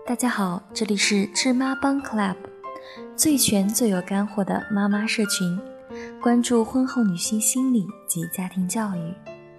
大家好，这里是智妈帮 Club， 最全最有干货的妈妈社群，关注婚后女性心理及家庭教育。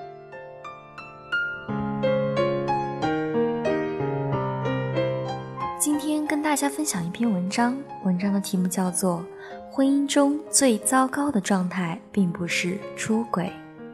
今天跟大家分享一篇文章，文章的题目叫做《婚姻中最糟糕的状态并不是出轨》。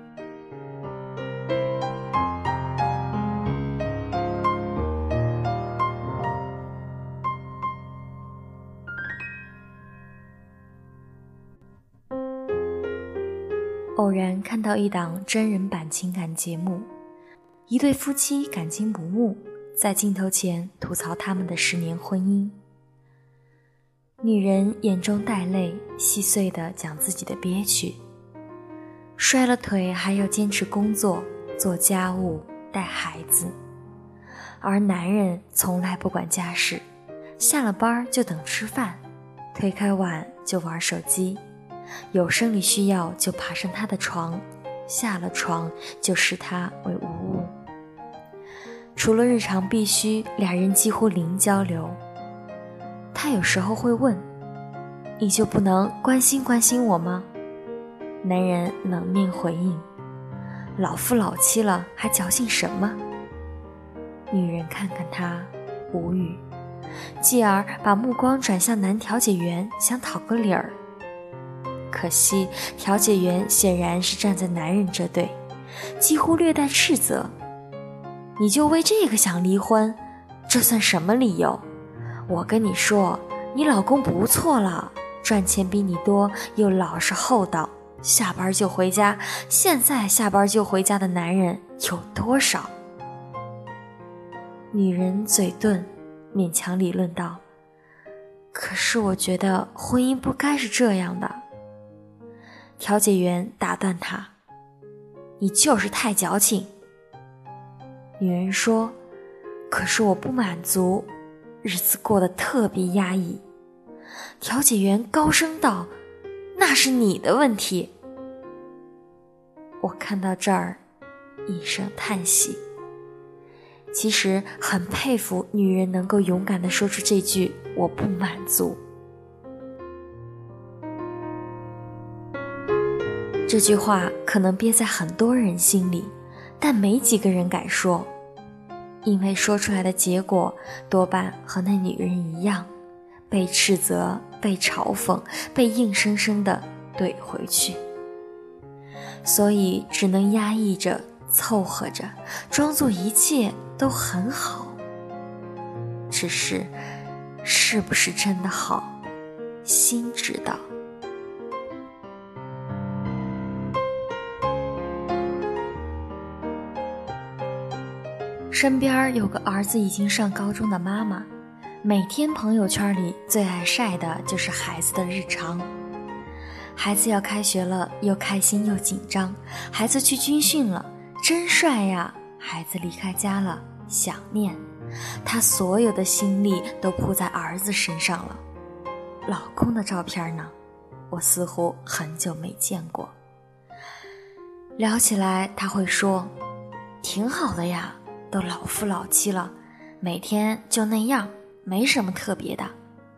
偶然看到一档真人版情感节目，一对夫妻感情不睦，在镜头前吐槽他们的10年婚姻。女人眼中带泪，细碎地讲自己的憋屈，摔了腿还要坚持工作，做家务，带孩子，而男人从来不管家事，下了班就等吃饭，推开碗就玩手机，有生理需要就爬上他的床，下了床就视他为无物。除了日常必须，俩人几乎零交流。他有时候会问，你就不能关心关心我吗？男人冷面回应，老夫老妻了还矫情什么？女人看看他无语，继而把目光转向男调解员，想讨个理儿。可惜调解员显然是站在男人这队，几乎略带斥责，你就为这个想离婚，这算什么理由？我跟你说，你老公不错了，赚钱比你多，又老实厚道，下班就回家，现在下班就回家的男人有多少？女人嘴钝，勉强理论道，可是我觉得婚姻不该是这样的。调解员打断他，你就是太矫情。女人说，可是我不满足，日子过得特别压抑。调解员高声道，那是你的问题。我看到这儿一声叹息，其实很佩服女人能够勇敢地说出这句我不满足。这句话可能憋在很多人心里，但没几个人敢说，因为说出来的结果多半和那女人一样，被斥责，被嘲讽，被硬生生地怼回去。所以只能压抑着，凑合着，装作一切都很好。只是是不是真的好，心知道。身边有个儿子已经上高中的妈妈，每天朋友圈里最爱晒的就是孩子的日常。孩子要开学了，又开心又紧张，孩子去军训了，真帅呀，孩子离开家了，想念，他所有的心力都扑在儿子身上了。老公的照片呢，我似乎很久没见过。聊起来他会说，挺好的呀，都老夫老妻了，每天就那样，没什么特别的。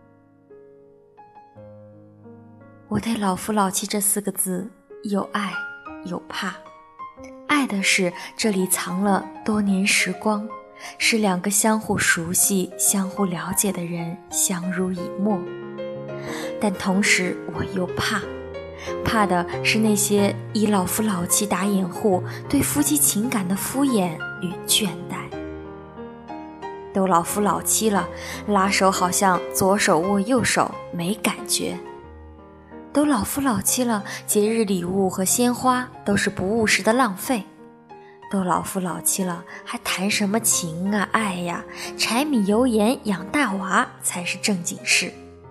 我对老夫老妻这4个字有爱有怕。爱的是这里藏了多年时光，是2个相互熟悉相互了解的人相濡以沫。但同时我又怕的是那些以老夫老妻打掩护对夫妻情感的敷衍与倦怠。都老夫老妻了，拉手好像左手握右手，没感觉。都老夫老妻了，节日礼物和鲜花都是不务实的浪费。都老夫老妻了，还谈什么情啊爱呀，柴米油盐养大娃才是正经事。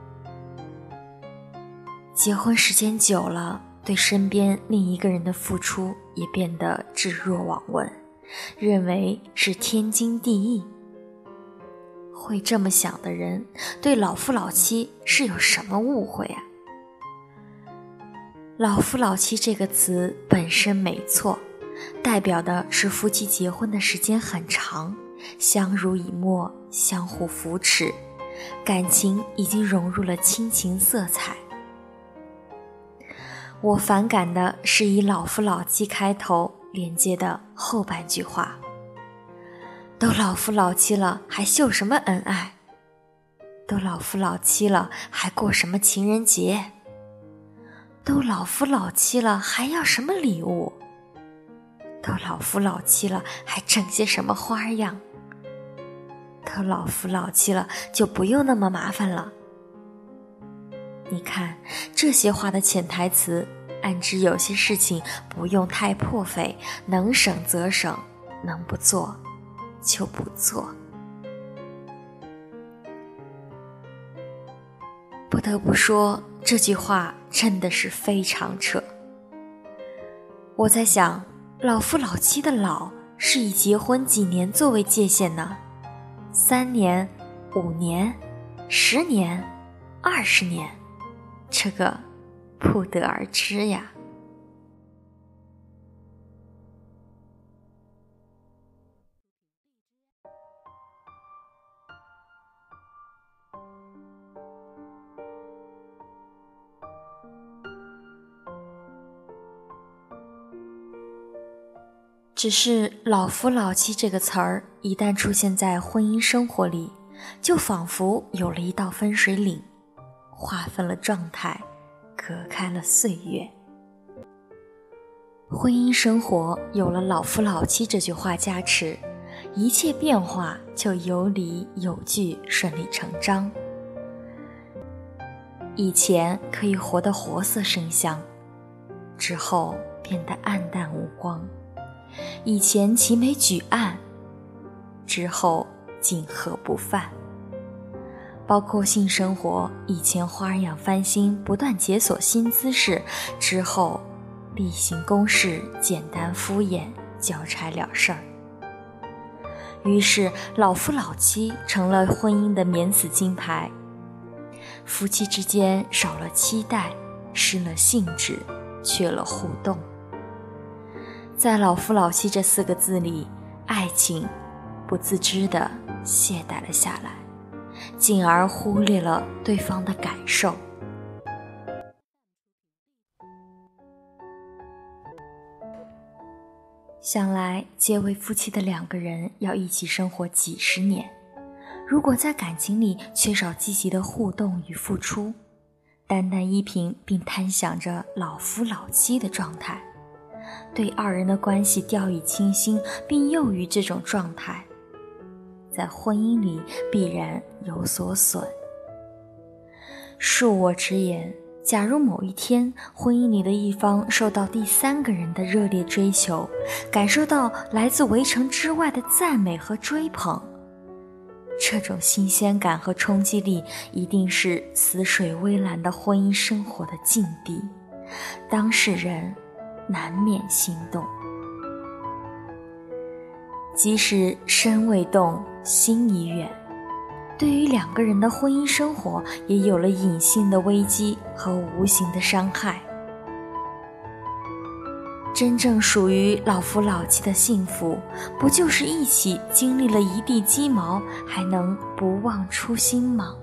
结婚时间久了，对身边另一个人的付出也变得置若罔闻，认为是天经地义。会这么想的人，对老夫老妻是有什么误会啊？老夫老妻这个词本身没错，代表的是夫妻结婚的时间很长，相濡以沫， 相互扶持，感情已经融入了亲情色彩。我反感的是以老夫老妻开头连接的后半句话，都老夫老妻了，还秀什么恩爱？都老夫老妻了，还过什么情人节？都老夫老妻了，还要什么礼物？都老夫老妻了，还整些什么花样？都老夫老妻了，就不用那么麻烦了。你看，这些话的潜台词，暗指有些事情不用太破费，能省则省，能不做就不做。不得不说，这句话真的是非常扯。我在想，老夫老妻的老是以结婚几年作为界限呢？3年、5年、10年、20年，这个不得而知呀。只是老夫老妻这个词儿一旦出现在婚姻生活里，就仿佛有了一道分水岭，划分了状态，隔开了岁月。婚姻生活有了老夫老妻这句话加持，一切变化就有理有据，顺理成章。以前可以活得活色生香，之后变得黯淡无光。以前齐眉举案，之后锦盒不饭。包括性生活，以前花样翻新，不断解锁新姿势，之后例行公事，简单敷衍，交差了事儿。于是老夫老妻成了婚姻的免死金牌，夫妻之间少了期待，失了兴致，缺了互动。在老夫老妻这4个字里，爱情不自知地懈怠了下来，进而忽略了对方的感受。想来结为夫妻的2个人要一起生活几十年，如果在感情里缺少积极的互动与付出，单单依凭并贪想着老夫老妻的状态，对2人的关系掉以轻心，并囿于这种状态，在婚姻里必然有所损。恕我直言，假如某一天婚姻里的一方受到第3个人的热烈追求，感受到来自围城之外的赞美和追捧，这种新鲜感和冲击力一定是死水微澜的婚姻生活的境地，当事人难免心动。即使身未动，心已远，对于2个人的婚姻生活也有了隐性的危机和无形的伤害。真正属于老夫老妻的幸福，不就是一起经历了一地鸡毛，还能不忘初心吗？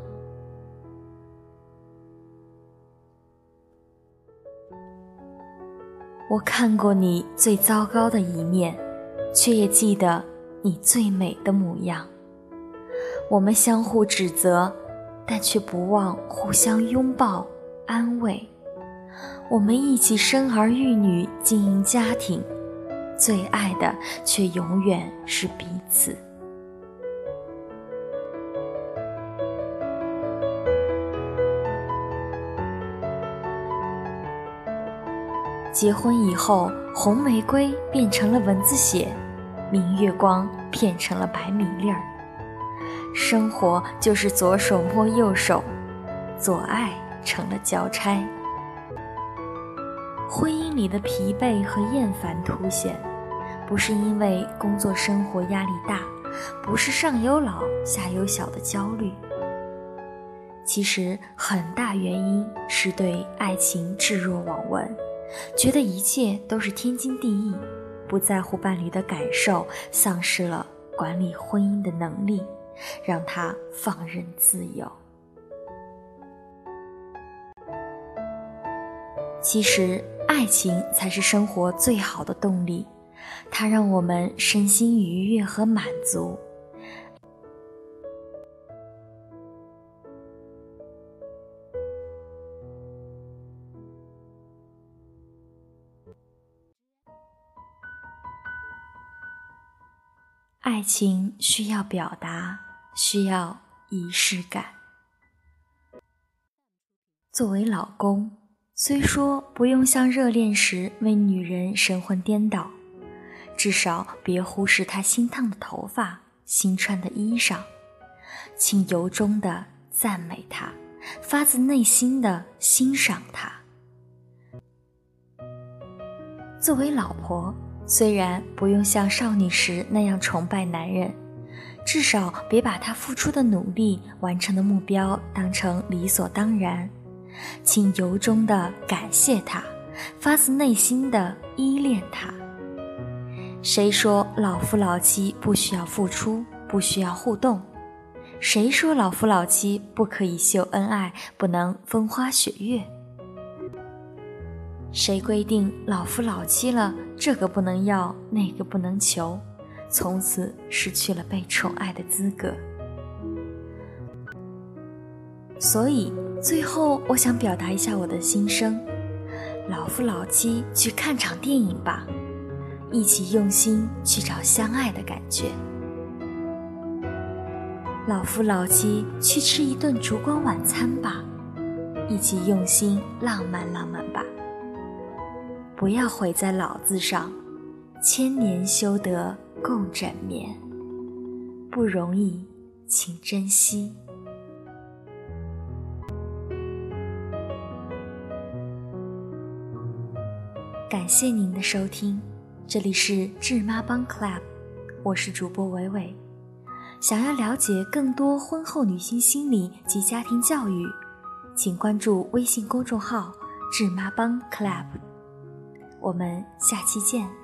我看过你最糟糕的一面，却也记得你最美的模样。我们相互指责，但却不忘互相拥抱安慰。我们一起生儿育女，经营家庭，最爱的却永远是彼此。结婚以后，红玫瑰变成了蚊子血，明月光变成了白米粒儿。生活就是左手摸右手，左爱成了交差。婚姻里的疲惫和厌烦凸显，不是因为工作生活压力大，不是上有老下有小的焦虑，其实很大原因是对爱情置若罔闻，觉得一切都是天经地义，不在乎伴侣的感受，丧失了管理婚姻的能力， 让他放任自由。其实，爱情才是生活最好的动力，它让我们身心愉悦和满足。爱情需要表达，需要仪式感。作为老公，虽说不用像热恋时为女人神魂颠倒，至少别忽视她新烫的头发、新穿的衣裳，请由衷地赞美她，发自内心地欣赏她。作为老婆，虽然不用像少女时那样崇拜男人，至少别把他付出的努力完成的目标当成理所当然，请由衷地感谢他，发自内心地依恋他。谁说老夫老妻不需要付出，不需要互动？谁说老夫老妻不可以秀恩爱，不能风花雪月？谁规定老夫老妻了，这个不能要，那个不能求，从此失去了被宠爱的资格？所以最后我想表达一下我的心声，老夫老妻去看场电影吧，一起用心去找相爱的感觉。老夫老妻去吃一顿烛光晚餐吧，一起用心浪漫浪漫吧。不要毁在老字上，千年修得共枕眠，不容易，请珍惜。感谢您的收听，这里是智妈帮 Club， 我是主播伟伟。想要了解更多婚后女性心理及家庭教育，请关注微信公众号智妈帮 Club。我们下期见。